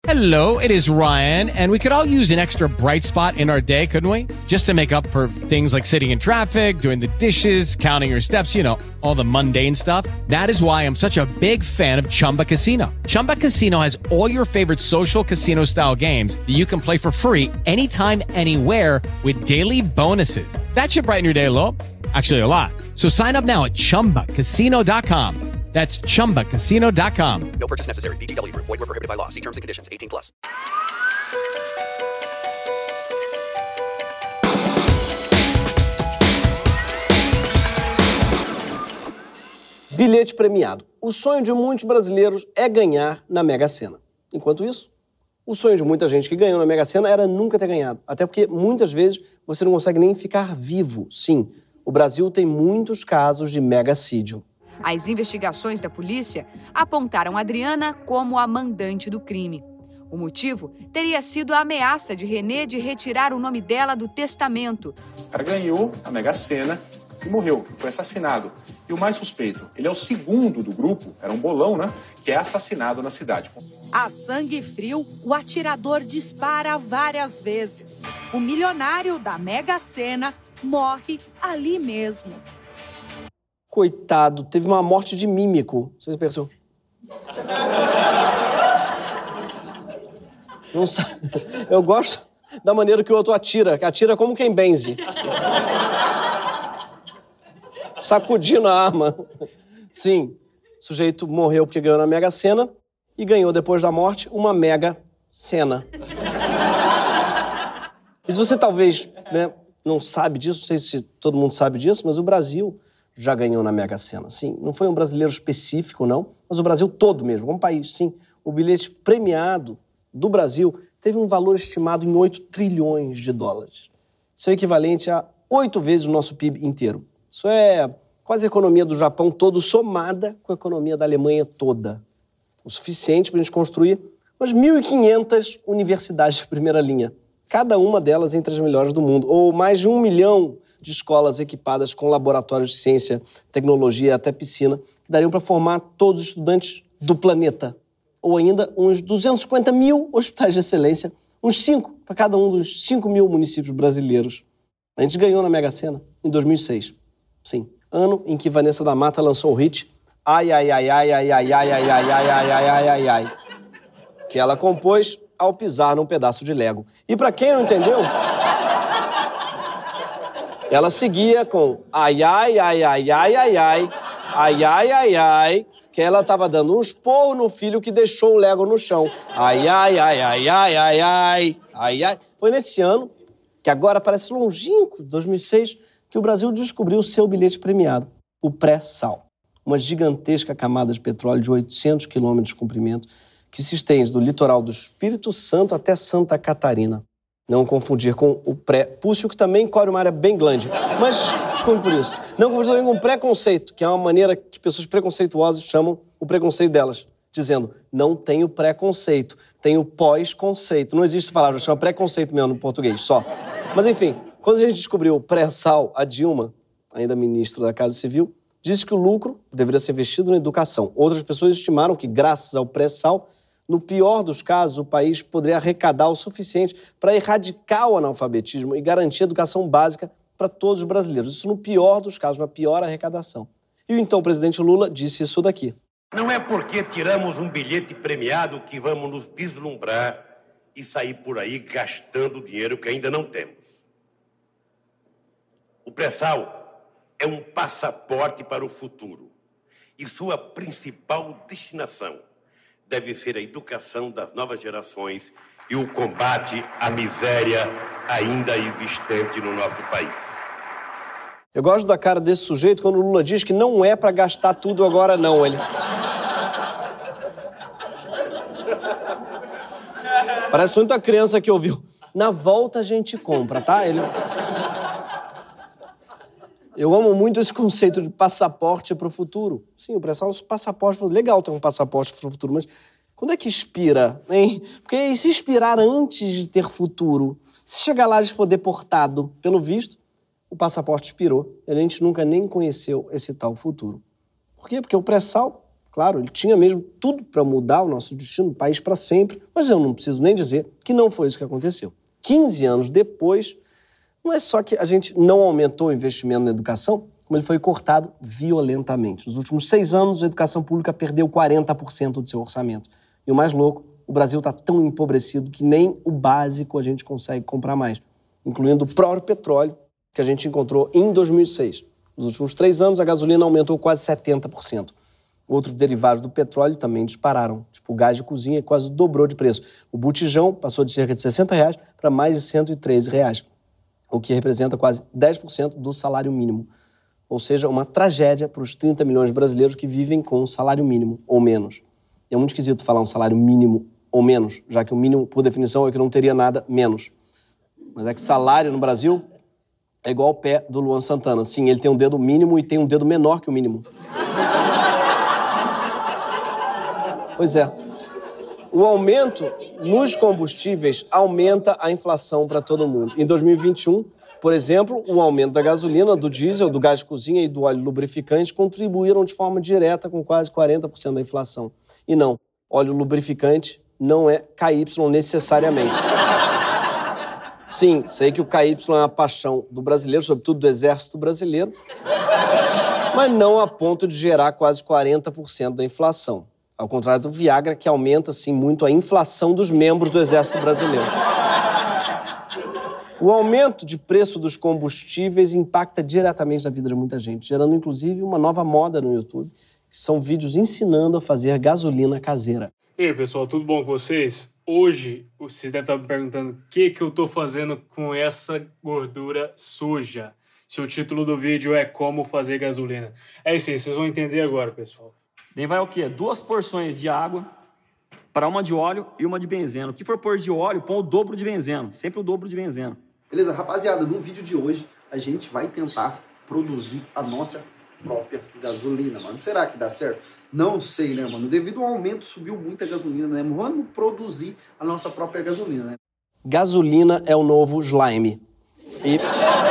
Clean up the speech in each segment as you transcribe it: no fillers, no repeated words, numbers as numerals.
Hello, it is Ryan, and we could all use an extra bright spot in our day, couldn't we? Just to make up for things like sitting in traffic, doing the dishes, counting your steps, you know, all the mundane stuff. That is why I'm such a big fan of Chumba Casino. Chumba Casino has all your favorite social casino-style games that you can play for free anytime, anywhere with daily bonuses. That should brighten your day a little. Actually, a lot. So sign up now at ChumbaCasino.com. That's ChumbaCasino.com. No purchase necessary. VGW Group. Void where prohibited by law. See terms and conditions. 18+. Bilhete premiado. O sonho de muitos brasileiros é ganhar na Mega Sena. Enquanto isso, o sonho de muita gente que ganhou na Mega Sena era nunca ter ganhado. Até porque, muitas vezes, você não consegue nem ficar vivo. Sim, o Brasil tem muitos casos de megacídio. As investigações da polícia apontaram Adriana como a mandante do crime. O motivo teria sido a ameaça de René de retirar o nome dela do testamento. O cara ganhou a Mega Sena e morreu, foi assassinado. E o mais suspeito, ele é o segundo do grupo, era um bolão, né? Que é assassinado na cidade. A sangue frio, o atirador dispara várias vezes. O milionário da Mega Sena morre ali mesmo. Coitado, teve uma morte de mímico. Vocês pensam? Não sabe. Eu gosto da maneira que o outro atira. Atira como quem benze. Sacudindo a arma. Sim, o sujeito morreu porque ganhou na Mega Sena e ganhou, depois da morte, uma Mega Sena. E se você talvez, não sabe disso, não sei se todo mundo sabe disso, mas o Brasil já ganhou na Mega Sena. Sim, não foi um brasileiro específico, não, mas o Brasil todo mesmo, como país, sim. O bilhete premiado do Brasil teve um valor estimado em 8 trilhões de dólares. Isso é equivalente a 8 vezes o nosso PIB inteiro. Isso é quase a economia do Japão todo somada com a economia da Alemanha toda. O suficiente para a gente construir umas 1.500 universidades de primeira linha. Cada uma delas entre as melhores do mundo. Ou mais de 1 milhão de escolas equipadas com laboratórios de ciência, tecnologia, até piscina, que dariam para formar todos os estudantes do planeta. Ou ainda uns 250 mil hospitais de excelência, uns 5 para cada um dos 5 mil municípios brasileiros. A gente ganhou na Mega Sena em 2006. Sim, ano em que Vanessa da Mata lançou o hit Ai, ai, ai, ai, ai, ai, ai, ai, ai, ai, ai, ai, ai, ai, ai, que ela compôs ao pisar num pedaço de Lego. E pra quem não entendeu, ela seguia com ai, ai, ai, ai, ai, ai, ai, ai, ai, ai, ai, que ela tava dando um esporro no filho que deixou o Lego no chão. Ai, ai, ai, ai, ai, ai, ai, ai, ai. Foi nesse ano, que agora parece longínquo, 2006, que o Brasil descobriu o seu bilhete premiado, o pré-sal. Uma gigantesca camada de petróleo de 800 quilômetros de comprimento que se estende do litoral do Espírito Santo até Santa Catarina. Não confundir com o pré-púcio, que também cobre uma área bem grande. Mas, desculpe por isso. Não confundir também com o preconceito, que é uma maneira que pessoas preconceituosas chamam o preconceito delas, dizendo, não tenho preconceito, tenho pós-conceito. Não existe essa palavra, chama preconceito mesmo no português, só. Mas, enfim, quando a gente descobriu o pré-sal, a Dilma, ainda ministra da Casa Civil, disse que o lucro deveria ser investido na educação. Outras pessoas estimaram que, graças ao pré-sal, no pior dos casos, o país poderia arrecadar o suficiente para erradicar o analfabetismo e garantir educação básica para todos os brasileiros. Isso no pior dos casos, na pior arrecadação. E o então presidente Lula disse isso daqui. Não é porque tiramos um bilhete premiado que vamos nos deslumbrar e sair por aí gastando dinheiro que ainda não temos. O pré-sal é um passaporte para o futuro e sua principal destinação deve ser a educação das novas gerações e o combate à miséria ainda existente no nosso país. Eu gosto da cara desse sujeito quando o Lula diz que não é para gastar tudo agora, não. Ele parece muito a criança que ouviu. Na volta a gente compra, tá? Eu amo muito esse conceito de passaporte para o futuro. Sim, o pré-sal é um passaporte. Legal ter um passaporte para o futuro, mas quando é que expira, hein? Porque e se expirar antes de ter futuro? Se chegar lá e for deportado, pelo visto, o passaporte expirou. E a gente nunca nem conheceu esse tal futuro. Por quê? Porque o pré-sal Claro, ele tinha mesmo tudo para mudar o nosso destino, o país para sempre, mas eu não preciso nem dizer que não foi isso que aconteceu. 15 anos depois, não é só que a gente não aumentou o investimento na educação, como ele foi cortado violentamente. Nos últimos 6 anos, a educação pública perdeu 40% do seu orçamento. E o mais louco, o Brasil está tão empobrecido que nem o básico a gente consegue comprar mais, incluindo o próprio petróleo que a gente encontrou em 2006. Nos últimos 3 anos, a gasolina aumentou quase 70%. Outros derivados do petróleo também dispararam, tipo o gás de cozinha, quase dobrou de preço. O botijão passou de cerca de R$60 para mais de R$113, o que representa quase 10% do salário mínimo. Ou seja, uma tragédia para os 30 milhões de brasileiros que vivem com um salário mínimo ou menos. E é muito esquisito falar um salário mínimo ou menos, já que o mínimo, por definição, é que não teria nada menos. Mas é que salário no Brasil é igual ao pé do Luan Santana. Sim, ele tem um dedo mínimo e tem um dedo menor que o mínimo. Pois é. O aumento nos combustíveis aumenta a inflação para todo mundo. Em 2021, por exemplo, o aumento da gasolina, do diesel, do gás de cozinha e do óleo lubrificante contribuíram de forma direta com quase 40% da inflação. E não, óleo lubrificante não é KY necessariamente. Sim, sei que o KY é a paixão do brasileiro, sobretudo do exército brasileiro, mas não a ponto de gerar quase 40% da inflação. Ao contrário do Viagra, que aumenta, sim, muito a inflação dos membros do exército brasileiro. O aumento de preço dos combustíveis impacta diretamente na vida de muita gente, gerando, inclusive, uma nova moda no YouTube, que são vídeos ensinando a fazer gasolina caseira. E aí, pessoal, tudo bom com vocês? Hoje, vocês devem estar me perguntando o que eu tô fazendo com essa gordura suja. Se o título do vídeo é Como Fazer Gasolina. É isso aí, vocês vão entender agora, pessoal. Daí vai o quê? 2 porções de água para uma de óleo e uma de benzeno. O que for pôr de óleo, põe o dobro de benzeno. Sempre o dobro de benzeno. Beleza, rapaziada, no vídeo de hoje a gente vai tentar produzir a nossa própria gasolina, mano. Será que dá certo? Não sei, né, mano? Devido ao aumento, subiu muito a gasolina, né? Vamos produzir a nossa própria gasolina, né? Gasolina é o novo slime. E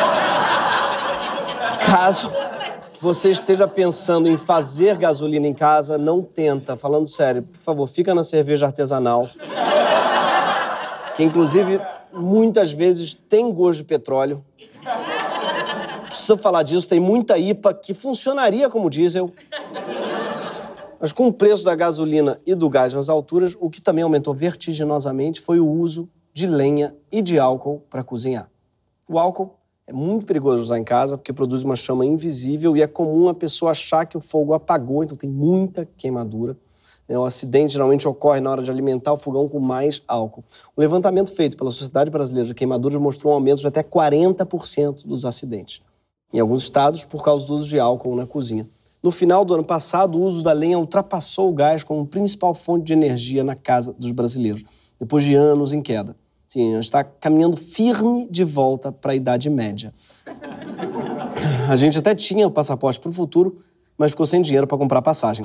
caso você esteja pensando em fazer gasolina em casa, não tenta. Falando sério, por favor, fica na cerveja artesanal. Que, inclusive, muitas vezes tem gosto de petróleo. Precisa falar disso, tem muita IPA que funcionaria como diesel. Mas com o preço da gasolina e do gás nas alturas, o que também aumentou vertiginosamente foi o uso de lenha e de álcool para cozinhar. O álcool é muito perigoso usar em casa porque produz uma chama invisível e é comum a pessoa achar que o fogo apagou, então tem muita queimadura. O acidente geralmente ocorre na hora de alimentar o fogão com mais álcool. Um levantamento feito pela Sociedade Brasileira de Queimaduras mostrou um aumento de até 40% dos acidentes. Em alguns estados, por causa do uso de álcool na cozinha. No final do ano passado, o uso da lenha ultrapassou o gás como principal fonte de energia na casa dos brasileiros, depois de anos em queda. Sim, a gente está caminhando firme de volta para a Idade Média. A gente até tinha o passaporte para o futuro, mas ficou sem dinheiro para comprar passagem.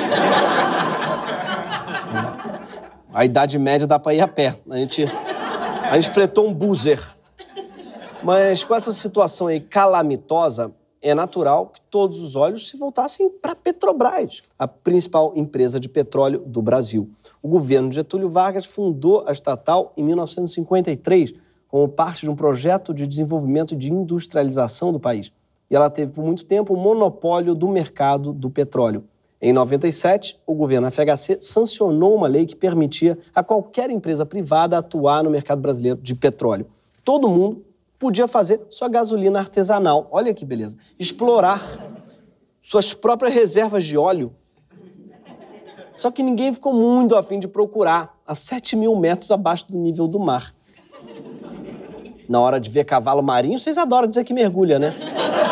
A Idade Média dá para ir a pé. A gente fretou um buzzer. Mas com essa situação aí calamitosa, é natural que todos os olhos se voltassem para a Petrobras, a principal empresa de petróleo do Brasil. O governo de Getúlio Vargas fundou a estatal em 1953 como parte de um projeto de desenvolvimento e de industrialização do país. E ela teve por muito tempo o monopólio do mercado do petróleo. Em 97, o governo FHC sancionou uma lei que permitia a qualquer empresa privada atuar no mercado brasileiro de petróleo. Todo mundo podia fazer sua gasolina artesanal. Olha que beleza. Explorar suas próprias reservas de óleo. Só que ninguém ficou muito a fim de procurar a 7.000 metros abaixo do nível do mar. Na hora de ver cavalo marinho, vocês adoram dizer que mergulha, né?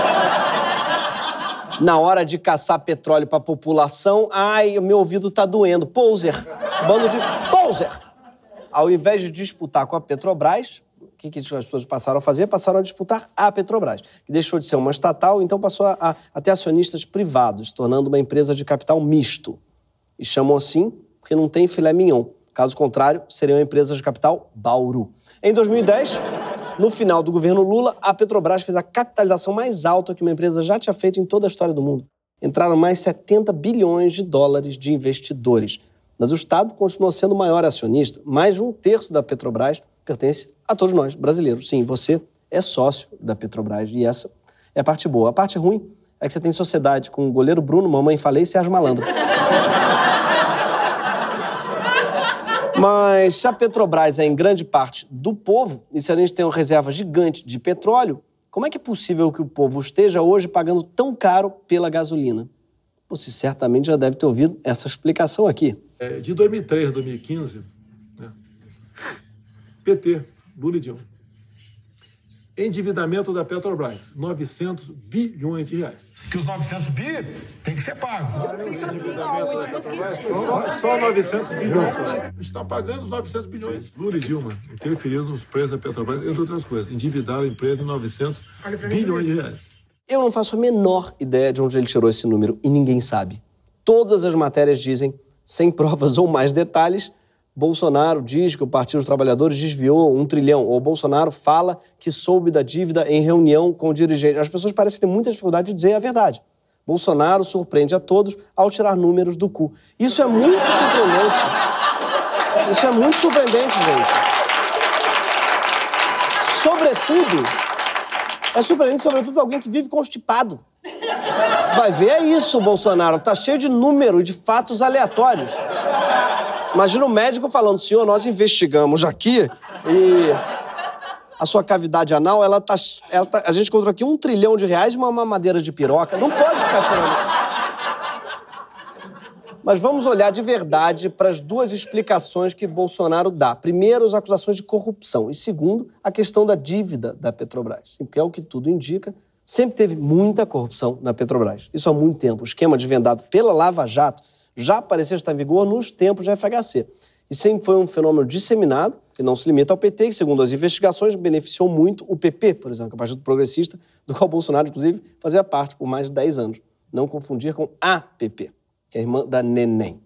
Na hora de caçar petróleo para a população, ai, o meu ouvido tá doendo. Poser. Bando de poser. Ao invés de disputar com a Petrobras, o que as pessoas passaram a fazer? Passaram a disputar a Petrobras, que deixou de ser uma estatal, então passou a ter acionistas privados, tornando uma empresa de capital misto. E chamam assim porque não tem filé mignon. Caso contrário, seria uma empresa de capital Bauru. Em 2010, no final do governo Lula, a Petrobras fez a capitalização mais alta que uma empresa já tinha feito em toda a história do mundo. entraram mais 70 bilhões de dólares de investidores. Mas o Estado continuou sendo o maior acionista. Mais de 1/3 da Petrobras pertence a todos nós, brasileiros. Sim, você é sócio da Petrobras e essa é a parte boa. A parte ruim é que você tem sociedade com o goleiro Bruno, Mamãe Falei e Sérgio Malandro. Mas se a Petrobras é em grande parte do povo, e se a gente tem uma reserva gigante de petróleo, como é que é possível que o povo esteja hoje pagando tão caro pela gasolina? Você certamente já deve ter ouvido essa explicação aqui. De 2003 a 2015, né? PT, Lula e Dilma. Endividamento da Petrobras, 900 bilhões de reais. Que os 900 bi tem que ser pagos. O endividamento da Petrobras só 900 bilhões. Estão pagando os 900 bilhões. Lula e Dilma interferiram nos preços da Petrobras, entre outras coisas. Endividaram a empresa em 900 bilhões de reais. Eu não faço a menor ideia de onde ele tirou esse número e ninguém sabe. Todas as matérias dizem, sem provas ou mais detalhes, Bolsonaro diz que o Partido dos Trabalhadores desviou 1 trilhão, ou Bolsonaro fala que soube da dívida em reunião com o dirigente. As pessoas parecem ter muita dificuldade de dizer a verdade. Bolsonaro surpreende a todos ao tirar números do cu. Isso é muito surpreendente. Isso é muito surpreendente, gente. É surpreendente, sobretudo, para alguém que vive constipado. Vai ver, é isso, Bolsonaro. Tá cheio de número e de fatos aleatórios. Imagina o médico falando, senhor, nós investigamos aqui e a sua cavidade anal, a gente encontrou aqui 1 trilhão de reais e uma mamadeira de piroca. Não pode ficar tirando. Mas vamos olhar de verdade para as duas explicações que Bolsonaro dá. Primeiro, as acusações de corrupção. E segundo, a questão da dívida da Petrobras. Porque é o que tudo indica, sempre teve muita corrupção na Petrobras. Isso há muito tempo. O esquema desvendado pela Lava Jato já parecia estar em vigor nos tempos da FHC. E sempre foi um fenômeno disseminado, que não se limita ao PT, que, segundo as investigações, beneficiou muito o PP, por exemplo, que é o Partido Progressista, do qual Bolsonaro, inclusive, fazia parte por mais de 10 anos. Não confundir com a PP, que é a irmã da Neném.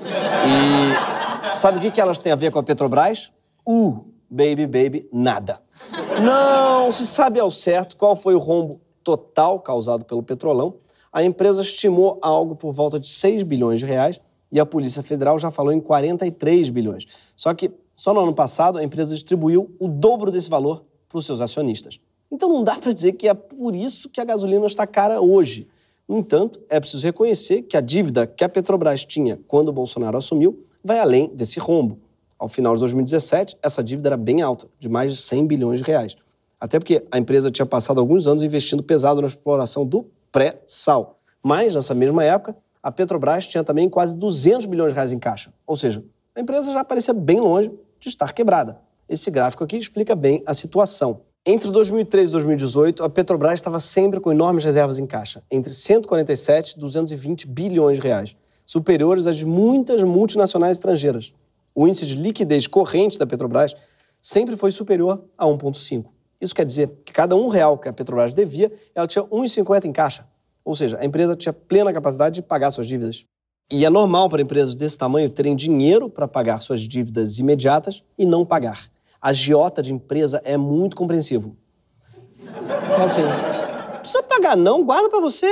E sabe o que elas têm a ver com a Petrobras? Baby, nada. Não se sabe ao certo qual foi o rombo total causado pelo Petrolão. A empresa estimou algo por volta de 6 bilhões de reais e a Polícia Federal já falou em 43 bilhões. Só que, só no ano passado, a empresa distribuiu o dobro desse valor para os seus acionistas. Então não dá para dizer que é por isso que a gasolina está cara hoje. No entanto, é preciso reconhecer que a dívida que a Petrobras tinha quando o Bolsonaro assumiu vai além desse rombo. Ao final de 2017, essa dívida era bem alta, de mais de 100 bilhões de reais. Até porque a empresa tinha passado alguns anos investindo pesado na exploração do pré-sal. Mas, nessa mesma época, a Petrobras tinha também quase 200 bilhões de reais em caixa. Ou seja, a empresa já parecia bem longe de estar quebrada. Esse gráfico aqui explica bem a situação. Entre 2013 e 2018, a Petrobras estava sempre com enormes reservas em caixa, entre 147 e 220 bilhões de reais, superiores às de muitas multinacionais estrangeiras. O índice de liquidez corrente da Petrobras sempre foi superior a 1,5. Isso quer dizer que cada R$1 que a Petrobras devia, ela tinha 1,50 em caixa. Ou seja, a empresa tinha plena capacidade de pagar suas dívidas. E é normal para empresas desse tamanho terem dinheiro para pagar suas dívidas imediatas e não pagar. A agiota de empresa é muito compreensivo. É assim, não precisa pagar não, guarda para você.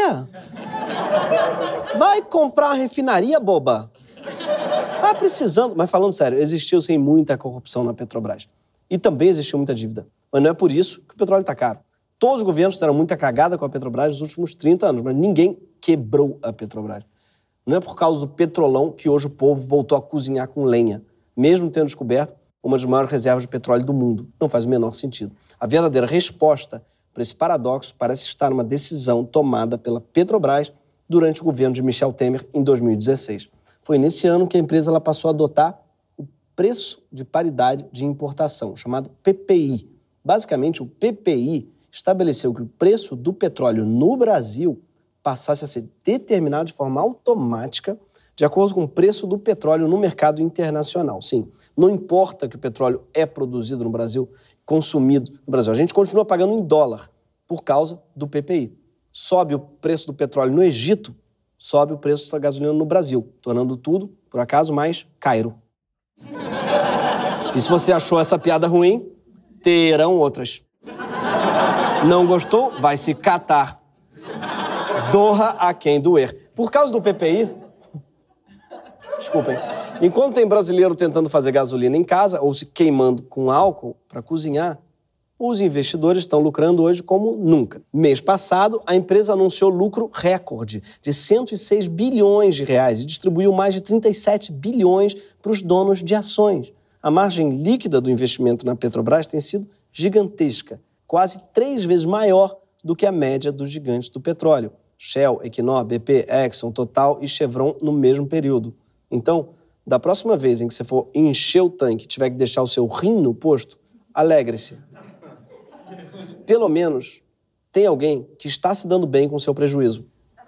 Vai comprar uma refinaria, boba. Tá precisando. Mas falando sério, existiu sim muita corrupção na Petrobras. E também existiu muita dívida. Mas não é por isso que o petróleo está caro. Todos os governos fizeram muita cagada com a Petrobras nos últimos 30 anos, mas ninguém quebrou a Petrobras. Não é por causa do petrolão que hoje o povo voltou a cozinhar com lenha, mesmo tendo descoberto uma das maiores reservas de petróleo do mundo. Não faz o menor sentido. A verdadeira resposta para esse paradoxo parece estar numa decisão tomada pela Petrobras durante o governo de Michel Temer em 2016. Foi nesse ano que a empresa passou a adotar o preço de paridade de importação, chamado PPI. Basicamente, o PPI estabeleceu que o preço do petróleo no Brasil passasse a ser determinado de forma automática de acordo com o preço do petróleo no mercado internacional. Sim, não importa que o petróleo é produzido no Brasil, consumido no Brasil. A gente continua pagando em dólar por causa do PPI. Sobe o preço do petróleo no Egito, sobe o preço da gasolina no Brasil, tornando tudo, por acaso, mais caro. E se você achou essa piada ruim, terão outras. Não gostou? Vai se catar. Doa a quem doer. Por causa do PPI... Desculpem. Enquanto tem brasileiro tentando fazer gasolina em casa ou se queimando com álcool para cozinhar, os investidores estão lucrando hoje como nunca. Mês passado, a empresa anunciou lucro recorde de 106 bilhões de reais e distribuiu mais de 37 bilhões para os donos de ações. A margem líquida do investimento na Petrobras tem sido gigantesca, quase 3 vezes maior do que a média dos gigantes do petróleo. Shell, Equinor, BP, Exxon, Total e Chevron no mesmo período. Então, da próxima vez em que você for encher o tanque e tiver que deixar o seu rim no posto, alegre-se. Pelo menos tem alguém que está se dando bem com o seu prejuízo.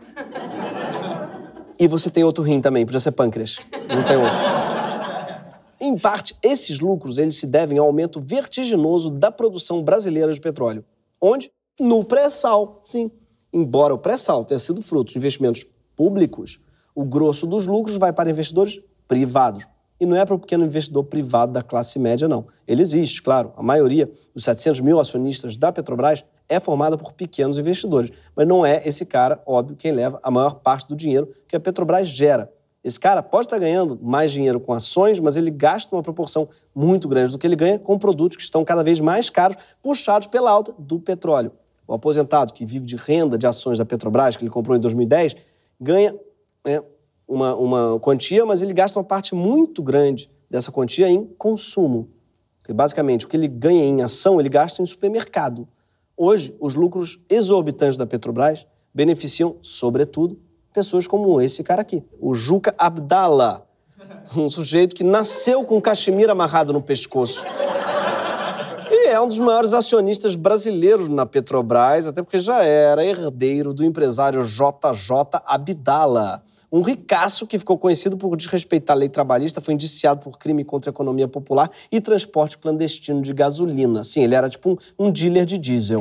E você tem outro rim também, podia ser pâncreas. Não tem outro. Em parte, esses lucros eles se devem ao aumento vertiginoso da produção brasileira de petróleo. Onde? No pré-sal, sim. Embora o pré-sal tenha sido fruto de investimentos públicos, o grosso dos lucros vai para investidores privados. E não é para o pequeno investidor privado da classe média, não. Ele existe, claro. A maioria dos 700 mil acionistas da Petrobras é formada por pequenos investidores. Mas não é esse cara, óbvio, quem leva a maior parte do dinheiro que a Petrobras gera. Esse cara pode estar ganhando mais dinheiro com ações, mas ele gasta uma proporção muito grande do que ele ganha com produtos que estão cada vez mais caros, puxados pela alta do petróleo. O aposentado que vive de renda de ações da Petrobras, que ele comprou em 2010, ganha uma quantia, mas ele gasta uma parte muito grande dessa quantia em consumo. Porque, basicamente, o que ele ganha em ação, ele gasta em supermercado. Hoje, os lucros exorbitantes da Petrobras beneficiam, sobretudo, pessoas como esse cara aqui, o Juca Abdallah, um sujeito que nasceu com o cachemira amarrado no pescoço. E é um dos maiores acionistas brasileiros na Petrobras, até porque já era herdeiro do empresário JJ Abdallah, um ricaço que ficou conhecido por desrespeitar a lei trabalhista, foi indiciado por crime contra a economia popular e transporte clandestino de gasolina. Sim, ele era tipo um dealer de diesel.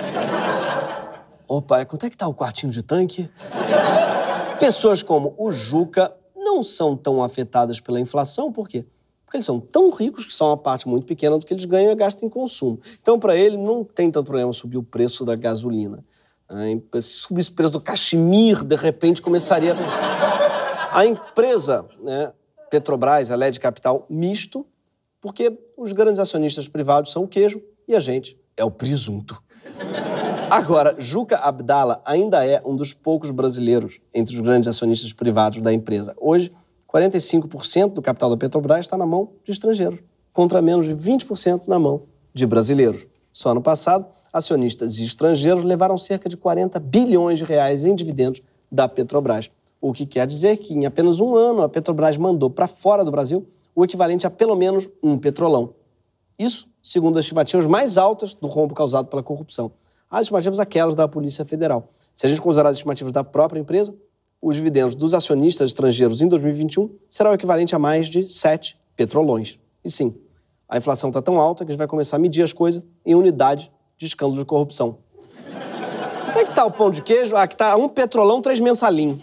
Opa, quanto é que tá o quartinho de tanque? Pessoas como o Juca não são tão afetadas pela inflação, por quê? Porque eles são tão ricos que só uma parte muito pequena do que eles ganham é gasto em consumo. Então, para ele, não tem tanto problema subir o preço da gasolina. Se subisse o preço do cachemir, de repente começaria... A empresa, Petrobras, ela é de capital misto, porque os grandes acionistas privados são o queijo e a gente é o presunto. Agora, Juca Abdallah ainda é um dos poucos brasileiros entre os grandes acionistas privados da empresa. Hoje, 45% do capital da Petrobras está na mão de estrangeiros, contra menos de 20% na mão de brasileiros. Só ano passado, acionistas estrangeiros levaram cerca de 40 bilhões de reais em dividendos da Petrobras. O que quer dizer que, em apenas um ano, a Petrobras mandou para fora do Brasil o equivalente a pelo menos um petrolão. Isso, segundo as estimativas mais altas do rombo causado pela corrupção. As estimativas aquelas da Polícia Federal. Se a gente considerar as estimativas da própria empresa, os dividendos dos acionistas estrangeiros em 2021 será o equivalente a mais de 7 petrolões. E sim, a inflação está tão alta que a gente vai começar a medir as coisas em unidade de escândalo de corrupção. Quanto é que tá o pão de queijo? Ah, que tá 1 petrolão, 3 mensalinho.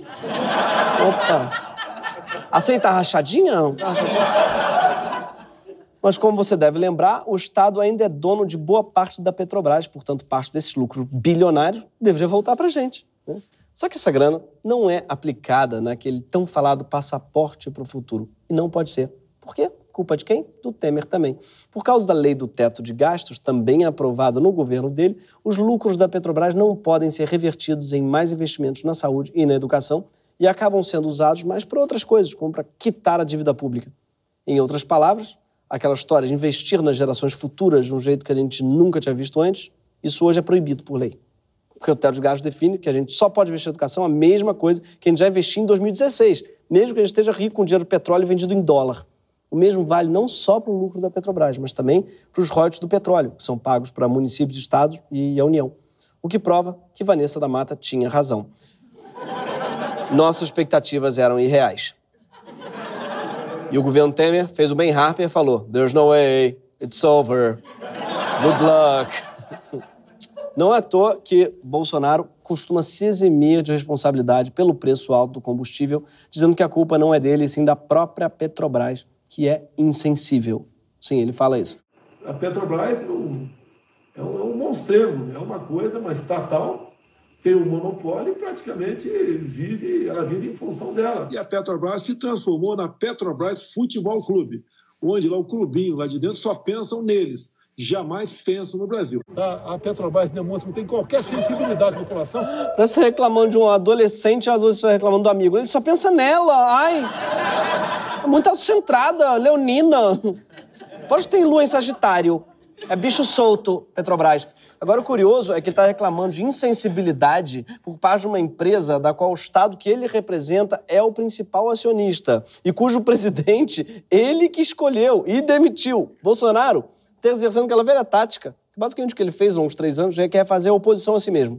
Opa! Aceita a rachadinha? Não? Tá rachadinha? Mas, como você deve lembrar, o Estado ainda é dono de boa parte da Petrobras, portanto, parte desses lucros bilionários deveria voltar pra gente, né? Só que essa grana não é aplicada naquele tão falado passaporte para o futuro. E não pode ser. Por quê? Culpa de quem? Do Temer também. Por causa da lei do teto de gastos, também aprovada no governo dele, os lucros da Petrobras não podem ser revertidos em mais investimentos na saúde e na educação e acabam sendo usados mais para outras coisas, como para quitar a dívida pública. Em outras palavras, aquela história de investir nas gerações futuras de um jeito que a gente nunca tinha visto antes, isso hoje é proibido por lei. Porque o teto de gastos define que a gente só pode investir em educação a mesma coisa que a gente já investiu em 2016, mesmo que a gente esteja rico com dinheiro do petróleo vendido em dólar. O mesmo vale não só para o lucro da Petrobras, mas também para os royalties do petróleo, que são pagos para municípios, estados e a União. O que prova que Vanessa da Mata tinha razão. Nossas expectativas eram irreais. E o governo Temer fez o Ben Harper e falou: "There's no way, it's over, good luck." Não é à toa que Bolsonaro costuma se eximir de responsabilidade pelo preço alto do combustível, dizendo que a culpa não é dele, e sim da própria Petrobras, que é insensível. Sim, ele fala isso. A Petrobras é um monstrengo, é uma coisa, uma estatal tem um monopólio e praticamente ela vive em função dela. E a Petrobras se transformou na Petrobras Futebol Clube, onde lá o clubinho lá de dentro só pensam neles, jamais pensam no Brasil. A Petrobras demonstra que não tem qualquer sensibilidade da população. Parece reclamando de um adolescente, a adolescente reclamando do amigo. Ele só pensa nela, ai. É muito autocentrada, leonina. Pode ter lua em Sagitário. É bicho solto, Petrobras. Agora, o curioso é que ele está reclamando de insensibilidade por parte de uma empresa da qual o Estado que ele representa é o principal acionista e cujo presidente ele que escolheu e demitiu. Bolsonaro está exercendo aquela velha tática. Basicamente, o que ele fez há uns 3 anos já quer fazer oposição a si mesmo.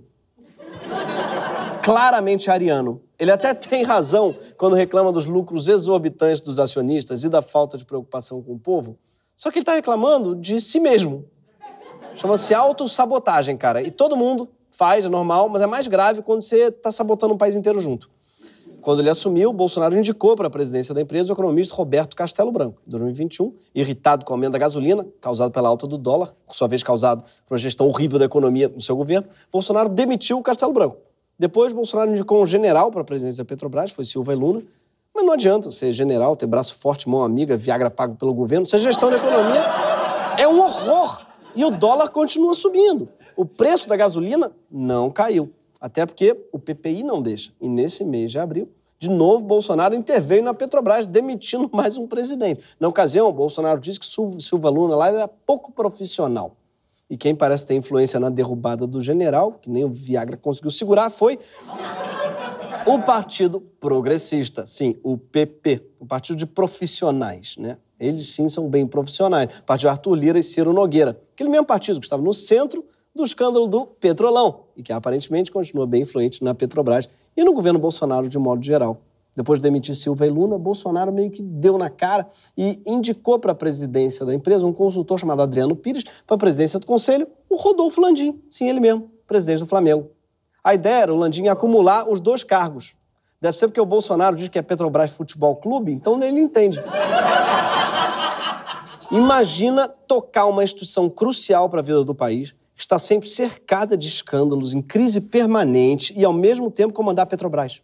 Claramente ariano. Ele até tem razão quando reclama dos lucros exorbitantes dos acionistas e da falta de preocupação com o povo. Só que ele está reclamando de si mesmo. Chama-se autossabotagem, cara. E todo mundo faz, é normal, mas é mais grave quando você está sabotando um país inteiro junto. Quando ele assumiu, Bolsonaro indicou para a presidência da empresa o economista Roberto Castelo Branco. Em 2021, irritado com o aumento da gasolina, causado pela alta do dólar, por sua vez causado por uma gestão horrível da economia no seu governo, Bolsonaro demitiu o Castelo Branco. Depois, Bolsonaro indicou um general para a presidência da Petrobras, foi Silva e Luna. Mas não adianta ser general, ter braço forte, mão amiga, Viagra pago pelo governo. Se a gestão da economia é um horror. E o dólar continua subindo. O preço da gasolina não caiu. Até porque o PPI não deixa. E nesse mês de abril, de novo, Bolsonaro interveio na Petrobras, demitindo mais um presidente. Na ocasião, Bolsonaro disse que Silva Luna lá era pouco profissional. E quem parece ter influência na derrubada do general, que nem o Viagra conseguiu segurar, foi o Partido Progressista. Sim, o PP, o Partido de Profissionais, né? Eles, sim, são bem profissionais. O partido Arthur Lira e Ciro Nogueira. Aquele mesmo partido que estava no centro do escândalo do Petrolão e que, aparentemente, continua bem influente na Petrobras e no governo Bolsonaro, de modo geral. Depois de demitir Silva e Luna, Bolsonaro meio que deu na cara e indicou para a presidência da empresa um consultor chamado Adriano Pires, para a presidência do conselho, o Rodolfo Landim. Sim, ele mesmo, presidente do Flamengo. A ideia era o Landim acumular os 2 cargos. Deve ser porque o Bolsonaro diz que é Petrobras Futebol Clube, então ele entende. Imagina tocar uma instituição crucial para a vida do país, que está sempre cercada de escândalos, em crise permanente e, ao mesmo tempo, comandar a Petrobras.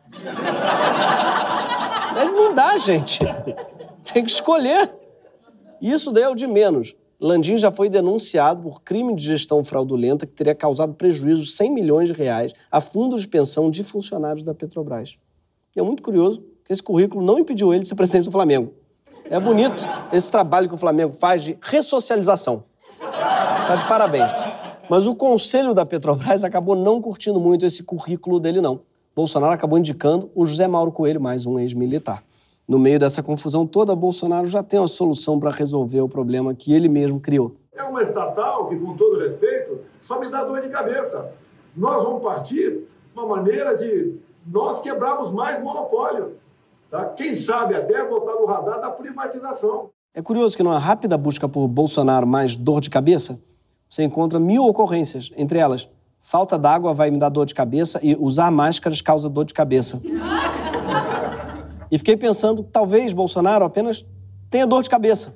Não dá, gente. Tem que escolher. Isso daí é o de menos. Landim já foi denunciado por crime de gestão fraudulenta que teria causado prejuízo de 100 milhões de reais a fundos de pensão de funcionários da Petrobras. E é muito curioso que esse currículo não impediu ele de ser presidente do Flamengo. É bonito esse trabalho que o Flamengo faz de ressocialização. Tá de parabéns. Mas o conselho da Petrobras acabou não curtindo muito esse currículo dele, não. Bolsonaro acabou indicando o José Mauro Coelho, mais um ex-militar. No meio dessa confusão toda, Bolsonaro já tem uma solução para resolver o problema que ele mesmo criou. É uma estatal que, com todo respeito, só me dá dor de cabeça. Nós vamos partir uma maneira de nós quebrarmos mais monopólio. Tá? Quem sabe até botar no radar da privatização. É curioso que numa rápida busca por Bolsonaro mais dor de cabeça, você encontra 1000 ocorrências, entre elas, falta d'água vai me dar dor de cabeça e usar máscaras causa dor de cabeça. E fiquei pensando que talvez Bolsonaro apenas tenha dor de cabeça.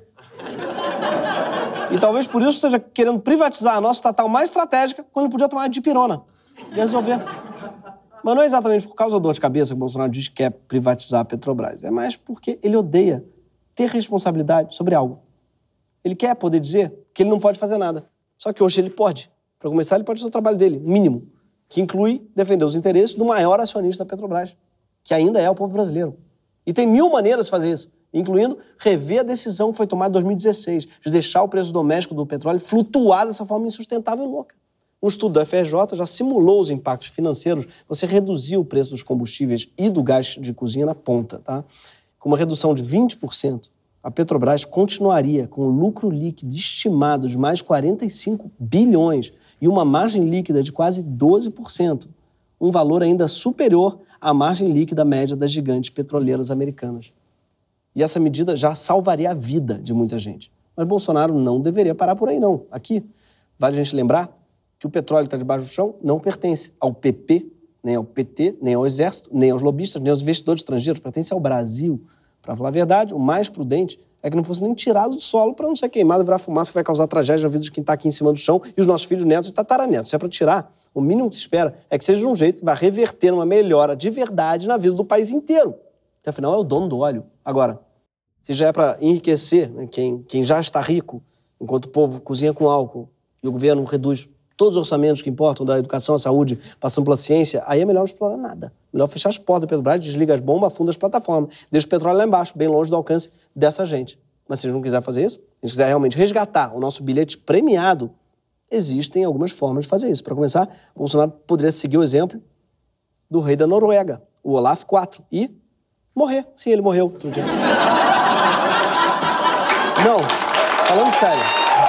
E talvez por isso esteja querendo privatizar a nossa estatal mais estratégica quando ele podia tomar dipirona e resolver. Mas não é exatamente por causa da dor de cabeça que Bolsonaro diz que quer privatizar a Petrobras. É mais porque ele odeia ter responsabilidade sobre algo. Ele quer poder dizer que ele não pode fazer nada. Só que hoje ele pode. Para começar, ele pode fazer o trabalho dele, mínimo, que inclui defender os interesses do maior acionista da Petrobras, que ainda é o povo brasileiro. E tem 1000 maneiras de fazer isso, incluindo rever a decisão que foi tomada em 2016, de deixar o preço doméstico do petróleo flutuar dessa forma insustentável e louca. Um estudo da FRJ já simulou os impactos financeiros, você reduzir o preço dos combustíveis e do gás de cozinha na ponta, tá? Com uma redução de 20%, a Petrobras continuaria com um lucro líquido estimado de mais 45 bilhões e uma margem líquida de quase 12%, um valor ainda superior à margem líquida média das gigantes petroleiras americanas. E essa medida já salvaria a vida de muita gente. Mas Bolsonaro não deveria parar por aí, não. Aqui, vale a gente lembrar que o petróleo que está debaixo do chão não pertence ao PP, nem ao PT, nem ao Exército, nem aos lobistas, nem aos investidores estrangeiros, pertence ao Brasil. Para falar a verdade, o mais prudente é é que não fosse nem tirado do solo para não ser queimado e virar fumaça que vai causar tragédia na vida de quem está aqui em cima do chão e os nossos filhos, netos e tataranetos. Se é para tirar, o mínimo que se espera é que seja de um jeito que vai reverter uma melhora de verdade na vida do país inteiro. Que afinal é o dono do óleo. Agora, se já é para enriquecer, né, quem já está rico, enquanto o povo cozinha com álcool e o governo reduz todos os orçamentos que importam da educação à saúde, passando pela ciência, aí é melhor não explorar nada. Melhor fechar as portas do Petrobras, desliga as bombas, afunda as plataformas, deixa o petróleo lá embaixo, bem longe do alcance dessa gente. Mas se a gente não quiser fazer isso, se a gente quiser realmente resgatar o nosso bilhete premiado, existem algumas formas de fazer isso. Para começar, o Bolsonaro poderia seguir o exemplo do rei da Noruega, o Olaf IV, e morrer. Sim, ele morreu outro dia. Não, falando sério.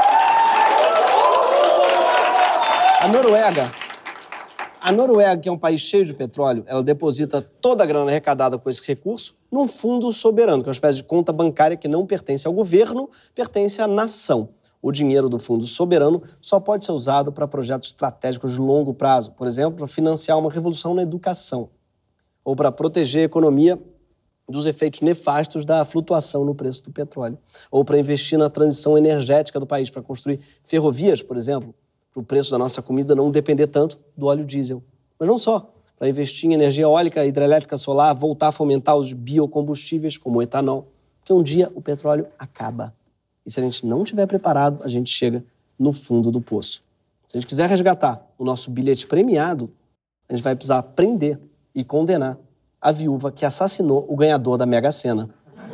A Noruega, que é um país cheio de petróleo, ela deposita toda a grana arrecadada com esse recurso num fundo soberano, que é uma espécie de conta bancária que não pertence ao governo, pertence à nação. O dinheiro do fundo soberano só pode ser usado para projetos estratégicos de longo prazo, por exemplo, para financiar uma revolução na educação, ou para proteger a economia dos efeitos nefastos da flutuação no preço do petróleo, ou para investir na transição energética do país, para construir ferrovias, por exemplo, para o preço da nossa comida não depender tanto do óleo diesel. Mas não só, para investir em energia eólica, hidrelétrica, solar, voltar a fomentar os biocombustíveis, como o etanol, porque um dia o petróleo acaba. E se a gente não estiver preparado, a gente chega no fundo do poço. Se a gente quiser resgatar o nosso bilhete premiado, a gente vai precisar prender e condenar a viúva que assassinou o ganhador da Mega Sena.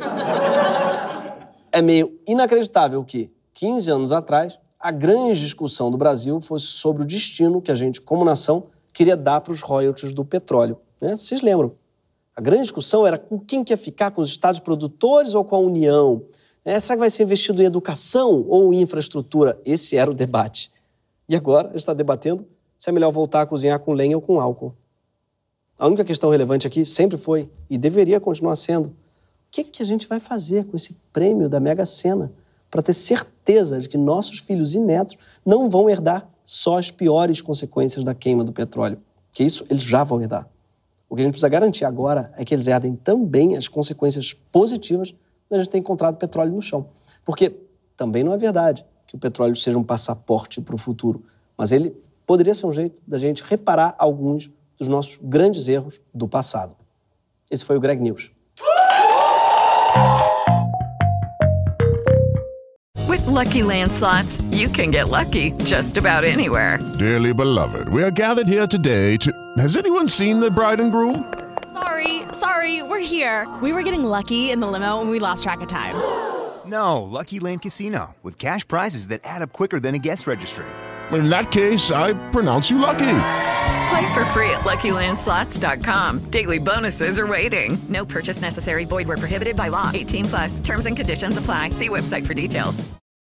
É meio inacreditável que, 15 anos atrás, a grande discussão do Brasil fosse sobre o destino que a gente, como nação, queria dar para os royalties do petróleo. Né? Vocês lembram? A grande discussão era com quem quer ficar, com os estados produtores ou com a União? Será que vai ser investido em educação ou em infraestrutura? Esse era o debate. E agora a gente está debatendo se é melhor voltar a cozinhar com lenha ou com álcool. A única questão relevante aqui sempre foi, e deveria continuar sendo, o que a gente vai fazer com esse prêmio da Mega Sena para ter certeza de que nossos filhos e netos não vão herdar só as piores consequências da queima do petróleo? Que isso eles já vão herdar. O que a gente precisa garantir agora é que eles herdem também as consequências positivas da gente ter encontrado petróleo no chão. Porque também não é verdade que o petróleo seja um passaporte para o futuro, mas ele poderia ser um jeito da gente reparar alguns dos nossos grandes erros do passado. Esse foi o Greg News. With Lucky Land Slots, you can get lucky just about anywhere. Dearly beloved, we are gathered here today to... Has anyone seen the bride and groom? Sorry, we're here. We were getting lucky in the limo and we lost track of time. No, Lucky Land Casino, with cash prizes that add up quicker than a guest registry. In that case, I pronounce you lucky. Play for free at LuckyLandSlots.com. Daily bonuses are waiting. No purchase necessary. Void where prohibited by law. 18+. Terms and conditions apply. See website for details.